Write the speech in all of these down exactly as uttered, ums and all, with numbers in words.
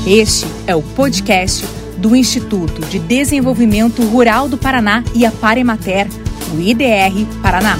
Este é o podcast do Instituto de Desenvolvimento Rural do Paraná e a Paremater, o I D R Paraná.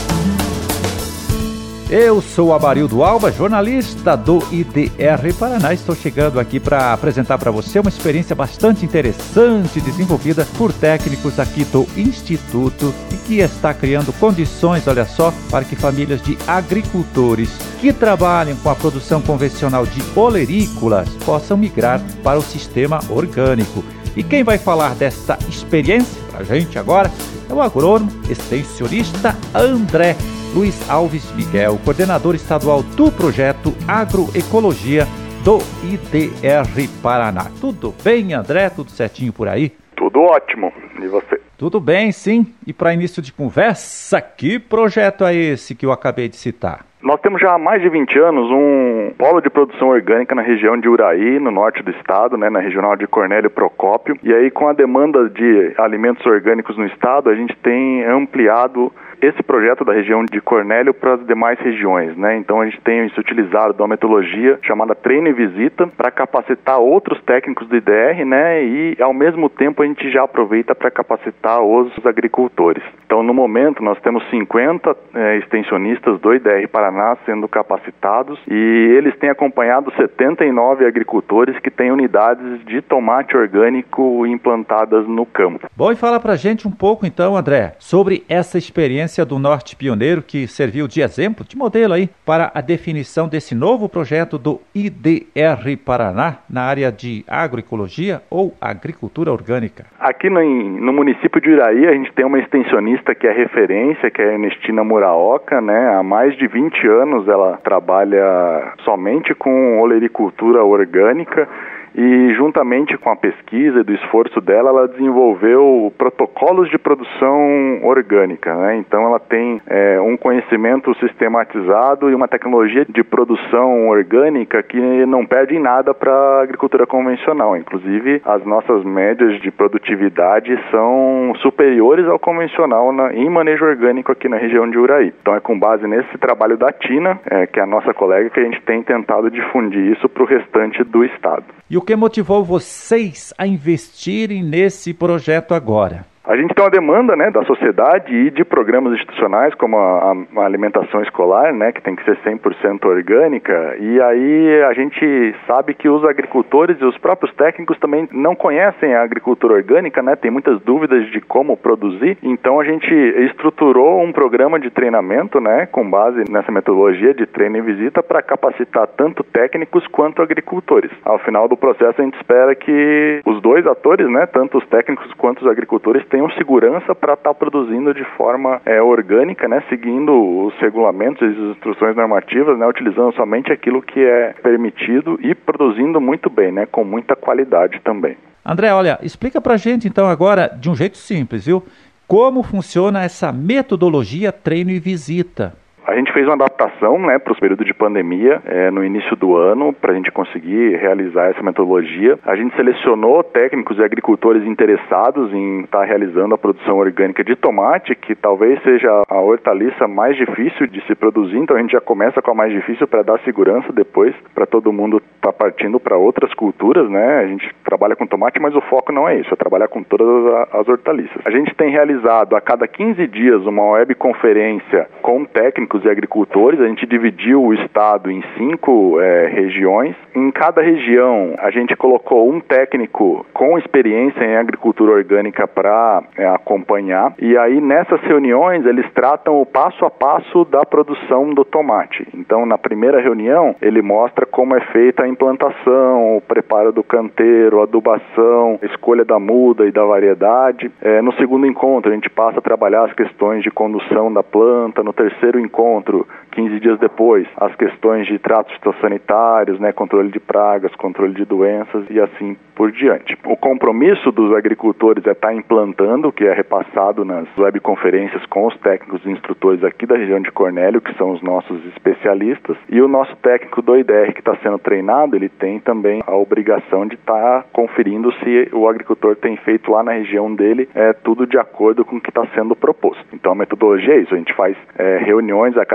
Eu sou Amarildo Alba, jornalista do I D R Paraná. Estou chegando aqui para apresentar para você uma experiência bastante interessante desenvolvida por técnicos aqui do Instituto e que está criando condições, olha só, para que famílias de agricultores que trabalham com a produção convencional de olerícolas possam migrar para o sistema orgânico. E quem vai falar desta experiência para a gente agora é o agrônomo extensionista André Luiz Alves Miguel, coordenador estadual do projeto Agroecologia do I D R Paraná. Tudo bem, André? Tudo certinho por aí? Tudo ótimo. E você? Tudo bem, sim. E para início de conversa, que projeto é esse que eu acabei de citar? Nós temos já há mais de vinte anos um polo de produção orgânica na região de Uraí, no norte do estado, né, na regional de Cornélio Procópio. E aí, com a demanda de alimentos orgânicos no estado, a gente tem ampliado esse projeto da região de Cornélio para as demais regiões, né? Então a gente tem se utilizado de uma metodologia chamada treino e visita para capacitar outros técnicos do I D R, né? E ao mesmo tempo a gente já aproveita para capacitar os agricultores. Então no momento nós temos cinquenta é, extensionistas do I D R Paraná sendo capacitados e eles têm acompanhado setenta e nove agricultores que têm unidades de tomate orgânico implantadas no campo. Bom, e fala pra gente um pouco então, André, sobre essa experiência do Norte Pioneiro que serviu de exemplo, de modelo aí, para a definição desse novo projeto do I D R Paraná na área de agroecologia ou agricultura orgânica. Aqui no, no município de Uraí a gente tem uma extensionista que é referência, que é a Ernestina Muraoka, né? Há mais de vinte anos ela trabalha somente com olericultura orgânica. E juntamente com a pesquisa e do esforço dela, ela desenvolveu protocolos de produção orgânica, né? Então ela tem é, um conhecimento sistematizado e uma tecnologia de produção orgânica que não perde em nada para a agricultura convencional. Inclusive, as nossas médias de produtividade são superiores ao convencional na, em manejo orgânico aqui na região de Uraí. Então é com base nesse trabalho da Tina, é, que é a nossa colega, que a gente tem tentado difundir isso para o restante do estado. E o que motivou vocês a investirem nesse projeto agora? A gente tem uma demanda, né, da sociedade e de programas institucionais, como a, a alimentação escolar, né, que tem que ser cem por cento orgânica, e aí a gente sabe que os agricultores e os próprios técnicos também não conhecem a agricultura orgânica, né, tem muitas dúvidas de como produzir, então a gente estruturou um programa de treinamento, né, com base nessa metodologia de treino e visita para capacitar tanto técnicos quanto agricultores. Ao final do processo a gente espera que os dois atores, né, tanto os técnicos quanto os agricultores, tenham segurança para estar tá produzindo de forma é, orgânica, né, seguindo os regulamentos e as instruções normativas, né, utilizando somente aquilo que é permitido e produzindo muito bem, né, com muita qualidade também. André, olha, explica pra gente então agora, de um jeito simples, viu, como funciona essa metodologia treino e visita. A gente fez uma adaptação, né, para o período de pandemia, é, no início do ano, para a gente conseguir realizar essa metodologia. A gente selecionou técnicos e agricultores interessados em estar tá realizando a produção orgânica de tomate, que talvez seja a hortaliça mais difícil de se produzir, então a gente já começa com a mais difícil para dar segurança depois, para todo mundo estar tá partindo para outras culturas, né? A gente trabalha com tomate, mas o foco não é isso, é trabalhar com todas as hortaliças. A gente tem realizado a cada quinze dias uma webconferência com técnicos e agricultores. A gente dividiu o estado em cinco é, regiões. Em cada região a gente colocou um técnico com experiência em agricultura orgânica para é, acompanhar, e aí nessas reuniões eles tratam o passo a passo da produção do tomate. Então na primeira reunião ele mostra como é feita a implantação, o preparo do canteiro, a adubação, a escolha da muda e da variedade. É, no segundo encontro a gente passa a trabalhar as questões de condução da planta. No terceiro encontro encontro, quinze dias depois, as questões de tratos fitossanitários, né, controle de pragas, controle de doenças e assim por diante. O compromisso dos agricultores é estar implantando, o que é repassado nas webconferências com os técnicos e instrutores aqui da região de Cornélio, que são os nossos especialistas, e o nosso técnico do I D R que está sendo treinado, ele tem também a obrigação de estar conferindo se o agricultor tem feito lá na região dele é, tudo de acordo com o que está sendo proposto. Então a metodologia é isso, a gente faz é, reuniões a cada quinze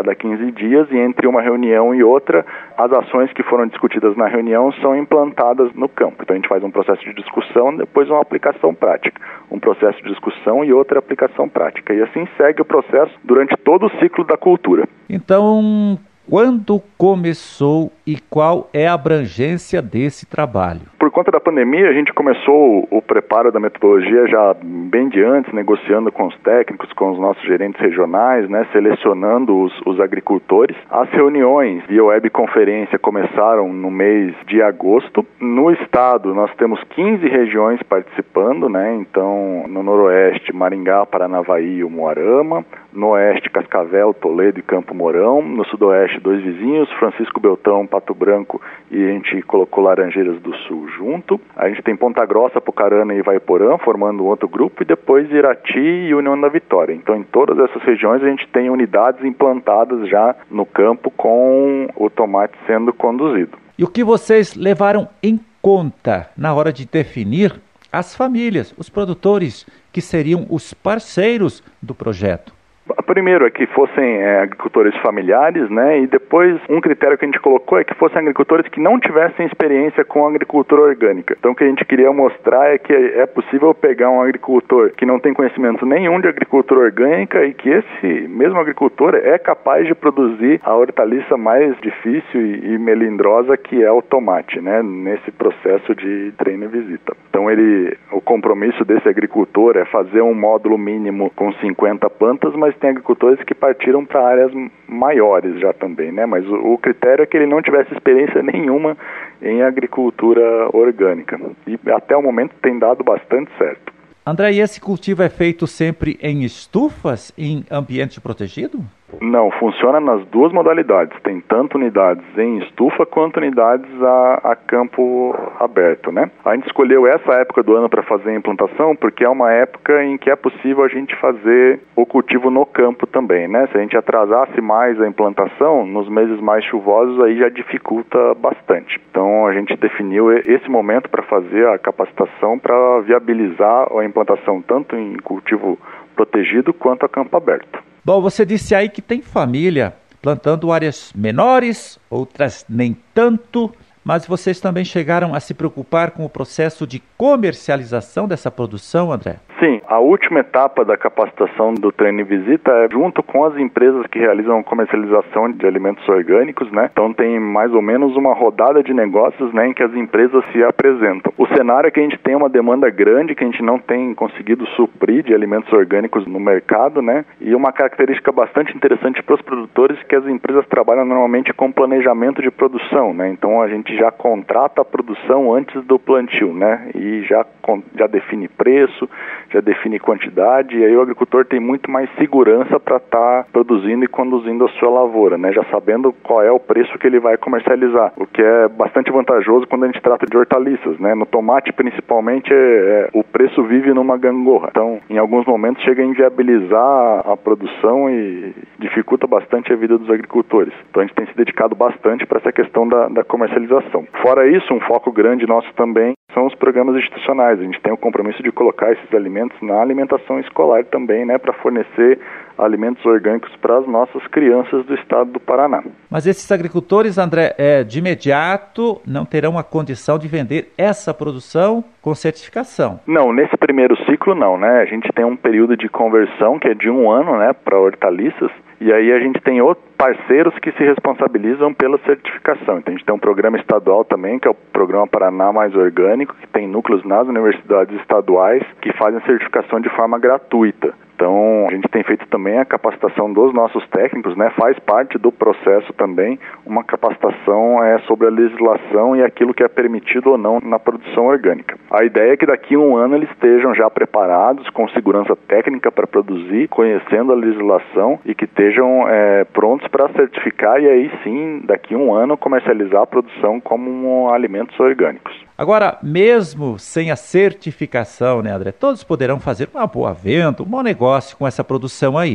quinze dias e entre uma reunião e outra, as ações que foram discutidas na reunião são implantadas no campo. Então a gente faz um processo de discussão, depois uma aplicação prática. Um processo de discussão e outra aplicação prática. E assim segue o processo durante todo o ciclo da cultura. Então, quando começou e qual é a abrangência desse trabalho? Por conta da pandemia, a gente começou o preparo da metodologia já bem de antes, negociando com os técnicos, com os nossos gerentes regionais, né, selecionando os, os agricultores. As reuniões via webconferência começaram no mês de agosto. No estado, nós temos quinze regiões participando, né, então no noroeste, Maringá, Paranavaí e Umuarama. No oeste, Cascavel, Toledo e Campo Mourão. No sudoeste, dois vizinhos, Francisco Beltrão, Pato Branco, e a gente colocou Laranjeiras do Sul junto. A gente tem Ponta Grossa, Apucarana e Ivaiporã, formando um outro grupo, e depois Irati e União da Vitória. Então, em todas essas regiões, a gente tem unidades implantadas já no campo com o tomate sendo conduzido. E o que vocês levaram em conta na hora de definir as famílias, os produtores que seriam os parceiros do projeto? Primeiro é que fossem é, agricultores familiares, né? E depois um critério que a gente colocou é que fossem agricultores que não tivessem experiência com agricultura orgânica. Então o que a gente queria mostrar é que é possível pegar um agricultor que não tem conhecimento nenhum de agricultura orgânica e que esse mesmo agricultor é capaz de produzir a hortaliça mais difícil e, e melindrosa, que é o tomate, né? Nesse processo de treino e visita. Então ele, o compromisso desse agricultor é fazer um módulo mínimo com cinquenta plantas, mas tem agricultores que partiram para áreas maiores já também, né? Mas o, o critério é que ele não tivesse experiência nenhuma em agricultura orgânica. E até o momento tem dado bastante certo. André, e esse cultivo é feito sempre em estufas, em ambiente protegido? Não, funciona nas duas modalidades. Tem tanto unidades em estufa quanto unidades a, a campo aberto, né? A gente escolheu essa época do ano para fazer a implantação porque é uma época em que é possível a gente fazer o cultivo no campo também, né? Se a gente atrasasse mais a implantação, nos meses mais chuvosos, aí já dificulta bastante. Então a gente definiu esse momento para fazer a capacitação para viabilizar a implantação tanto em cultivo protegido quanto a campo aberto. Bom, você disse aí que tem família plantando áreas menores, outras nem tanto, mas vocês também chegaram a se preocupar com o processo de comercialização dessa produção, André? Sim, a última etapa da capacitação do treino e visita é junto com as empresas que realizam comercialização de alimentos orgânicos, né? Então tem mais ou menos uma rodada de negócios, né, em que as empresas se apresentam. O cenário é que a gente tem uma demanda grande que a gente não tem conseguido suprir de alimentos orgânicos no mercado, né? E uma característica bastante interessante para os produtores é que as empresas trabalham normalmente com planejamento de produção, né? Então a gente já contrata a produção antes do plantio, né? E já, já define preço, já define quantidade, e aí o agricultor tem muito mais segurança para estar tá produzindo e conduzindo a sua lavoura, né? Já sabendo qual é o preço que ele vai comercializar, o que é bastante vantajoso quando a gente trata de hortaliças, né? No tomate, principalmente, é, é, o preço vive numa gangorra. Então, em alguns momentos, chega a inviabilizar a produção e dificulta bastante a vida dos agricultores. Então, a gente tem se dedicado bastante para essa questão da, da comercialização. Fora isso, um foco grande nosso também são os programas institucionais. A gente tem o compromisso de colocar esses alimentos na alimentação escolar também, né, para fornecer alimentos orgânicos para as nossas crianças do estado do Paraná. Mas esses agricultores, André, é, de imediato não terão a condição de vender essa produção com certificação? Não, nesse primeiro ciclo não, né? A gente tem um período de conversão que é de um ano, né, para hortaliças, e aí a gente tem outros parceiros que se responsabilizam pela certificação. Então a gente tem um programa estadual também, que é o Programa Paraná Mais Orgânico, que tem núcleos nas universidades estaduais que fazem a certificação de forma gratuita. Então, a gente tem feito também a capacitação dos nossos técnicos, né? Faz parte do processo também uma capacitação é, sobre a legislação e aquilo que é permitido ou não na produção orgânica. A ideia é que daqui a um ano eles estejam já preparados, com segurança técnica para produzir, conhecendo a legislação e que estejam é, prontos para certificar e aí sim, daqui a um ano, comercializar a produção como um, alimentos orgânicos. Agora, mesmo sem a certificação, né, André, todos poderão fazer uma boa venda, um bom negócio com essa produção aí.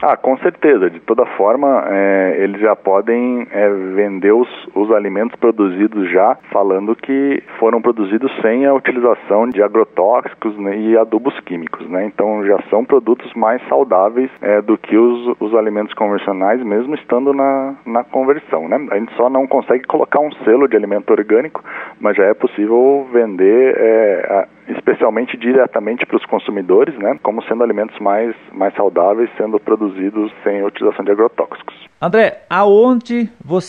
Ah, com certeza. De toda forma, é, eles já podem é, vender os, os alimentos produzidos já, falando que foram produzidos sem a utilização de agrotóxicos, né, e adubos químicos, né? Então já são produtos mais saudáveis é, do que os, os alimentos convencionais, mesmo estando na, na conversão, né? A gente só não consegue colocar um selo de alimento orgânico, mas já é possível vender, é, a, especialmente diretamente para os consumidores, né, como sendo alimentos mais, mais saudáveis, sendo produzidos sem utilização de agrotóxicos. André, aonde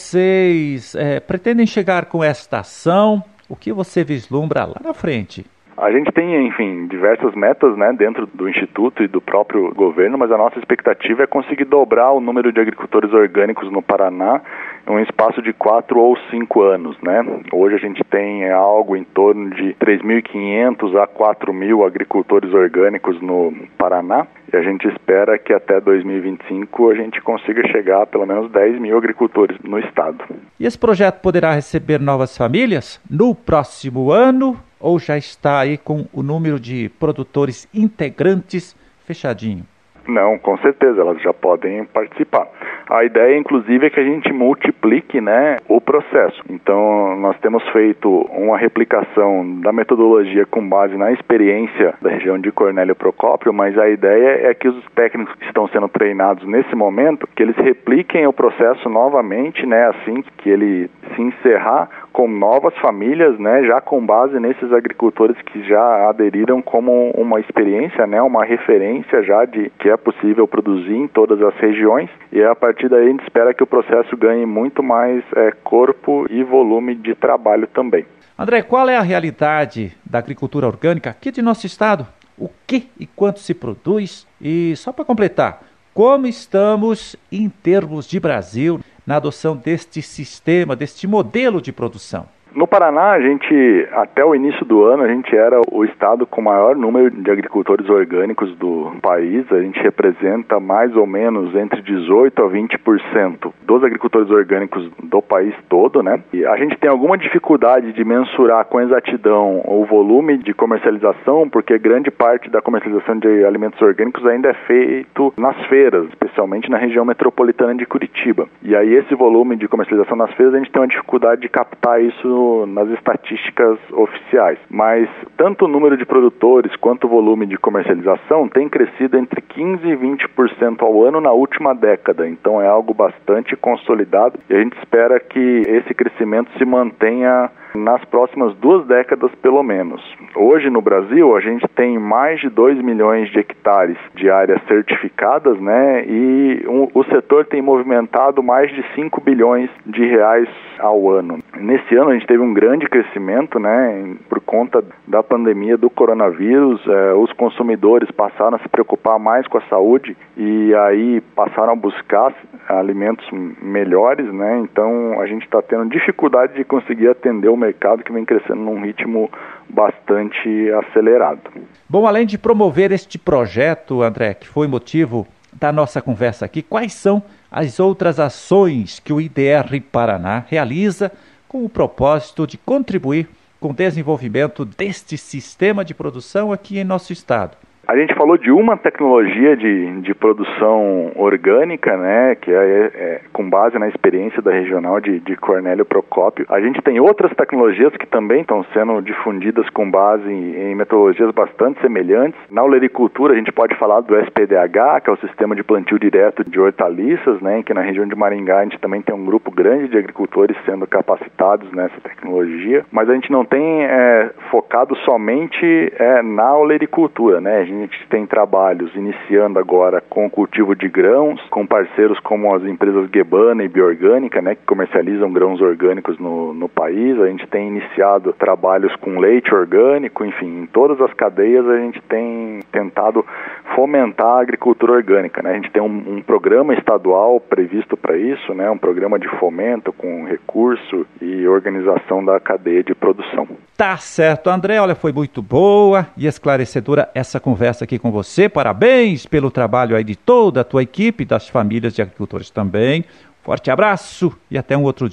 vocês é, pretendem chegar com esta ação? O que você vislumbra lá na frente? A gente tem, enfim, diversas metas, né, dentro do Instituto e do próprio governo, mas a nossa expectativa é conseguir dobrar o número de agricultores orgânicos no Paraná em um espaço de quatro ou cinco anos, né? Hoje a gente tem algo em torno de três mil e quinhentos a quatro mil agricultores orgânicos no Paraná, e a gente espera que até dois mil e vinte e cinco a gente consiga chegar a pelo menos dez mil agricultores no estado. E esse projeto poderá receber novas famílias no próximo ano, ou já está aí com o número de produtores integrantes fechadinho? Não, com certeza, elas já podem participar. A ideia, inclusive, é que a gente multiplique, né, o processo. Então, nós temos feito uma replicação da metodologia com base na experiência da região de Cornélio Procópio, mas a ideia é que os técnicos que estão sendo treinados nesse momento, que eles repliquem o processo novamente, né, assim que ele se encerrar, com novas famílias, né, já com base nesses agricultores que já aderiram como uma experiência, né, uma referência já de que é possível produzir em todas as regiões, e a partir daí a gente espera que o processo ganhe muito mais é, corpo e volume de trabalho também. André, qual é a realidade da agricultura orgânica aqui de nosso estado? O que e quanto se produz? E só para completar, como estamos em termos de Brasil na adoção deste sistema, deste modelo de produção? No Paraná, a gente, até o início do ano, a gente era o estado com o maior número de agricultores orgânicos do país. A gente representa mais ou menos entre dezoito a vinte por cento dos agricultores orgânicos do país todo, né? E a gente tem alguma dificuldade de mensurar com exatidão o volume de comercialização, porque grande parte da comercialização de alimentos orgânicos ainda é feito nas feiras, especialmente na região metropolitana de Curitiba. E aí esse volume de comercialização nas feiras, a gente tem uma dificuldade de captar isso nas estatísticas oficiais, mas tanto o número de produtores quanto o volume de comercialização tem crescido entre quinze e vinte por cento ao ano na última década, então é algo bastante consolidado e a gente espera que esse crescimento se mantenha nas próximas duas décadas pelo menos. Hoje no Brasil a gente tem mais de dois milhões de hectares de áreas certificadas, né, e um, o setor tem movimentado mais de cinco bilhões de reais ao ano. Nesse ano a gente teve um grande crescimento, né, por conta da pandemia do coronavírus, eh, os consumidores passaram a se preocupar mais com a saúde e aí passaram a buscar alimentos melhores, né, então a gente está tendo dificuldade de conseguir atender o mercado que vem crescendo num ritmo bastante acelerado. Bom, além de promover este projeto, André, que foi motivo da nossa conversa aqui, quais são as outras ações que o I D R Paraná realiza com o propósito de contribuir com o desenvolvimento deste sistema de produção aqui em nosso estado? A gente falou de uma tecnologia de, de produção orgânica, né, que é, é com base na experiência da regional de, de Cornélio Procópio. A gente tem outras tecnologias que também estão sendo difundidas com base em, em metodologias bastante semelhantes. Na olericultura a gente pode falar do S P D H, que é o Sistema de Plantio Direto de Hortaliças, né, em que na região de Maringá a gente também tem um grupo grande de agricultores sendo capacitados nessa tecnologia, mas a gente não tem é, focado somente é, na olericultura, né? A gente tem trabalhos iniciando agora com o cultivo de grãos, com parceiros como as empresas Guebana e Biorgânica, né, que comercializam grãos orgânicos no, no país. A gente tem iniciado trabalhos com leite orgânico, enfim, em todas as cadeias a gente tem tentado fomentar a agricultura orgânica, né? A gente tem um, um programa estadual previsto para isso, né, um programa de fomento com recurso e organização da cadeia de produção. Tá certo, André, olha, foi muito boa e esclarecedora essa conversa aqui com você. Parabéns pelo trabalho aí de toda a tua equipe, das famílias de agricultores também. Forte abraço e até um outro dia.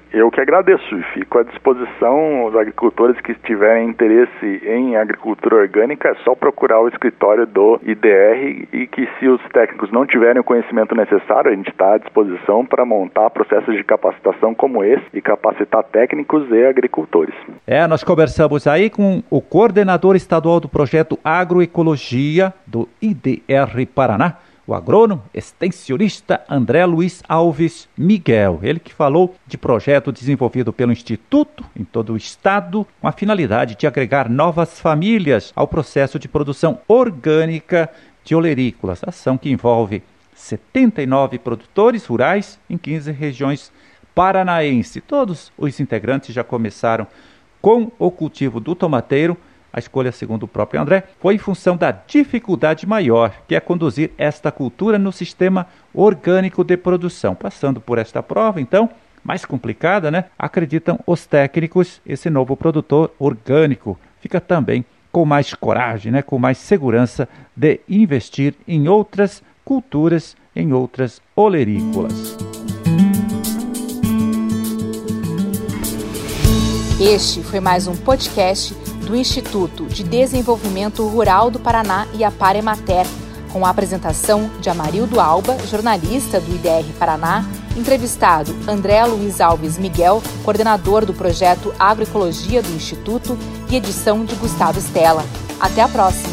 Eu que agradeço e fico à disposição. Os agricultores que tiverem interesse em agricultura orgânica, é só procurar o escritório do I D R e que, se os técnicos não tiverem o conhecimento necessário, a gente está à disposição para montar processos de capacitação como esse e capacitar técnicos e agricultores. É, nós conversamos aí com o coordenador estadual do projeto Agroecologia do I D R Paraná, o agrônomo extensionista André Luiz Alves Miguel. Ele que falou de projeto desenvolvido pelo Instituto em todo o estado com a finalidade de agregar novas famílias ao processo de produção orgânica de olerícolas, ação que envolve setenta e nove produtores rurais em quinze regiões paranaenses. Todos os integrantes já começaram com o cultivo do tomateiro. A escolha, segundo o próprio André, foi em função da dificuldade maior, que é conduzir esta cultura no sistema orgânico de produção. Passando por esta prova, então, mais complicada, né? Acreditam os técnicos, esse novo produtor orgânico fica também com mais coragem, né? Com mais segurança de investir em outras culturas, em outras olerícolas. Este foi mais um podcast do Instituto de Desenvolvimento Rural do Paraná e a Paremater, com a apresentação de Amarildo Alba, jornalista do I D R Paraná, entrevistado André Luiz Alves Miguel, coordenador do projeto Agroecologia do Instituto, e edição de Gustavo Stella. Até a próxima!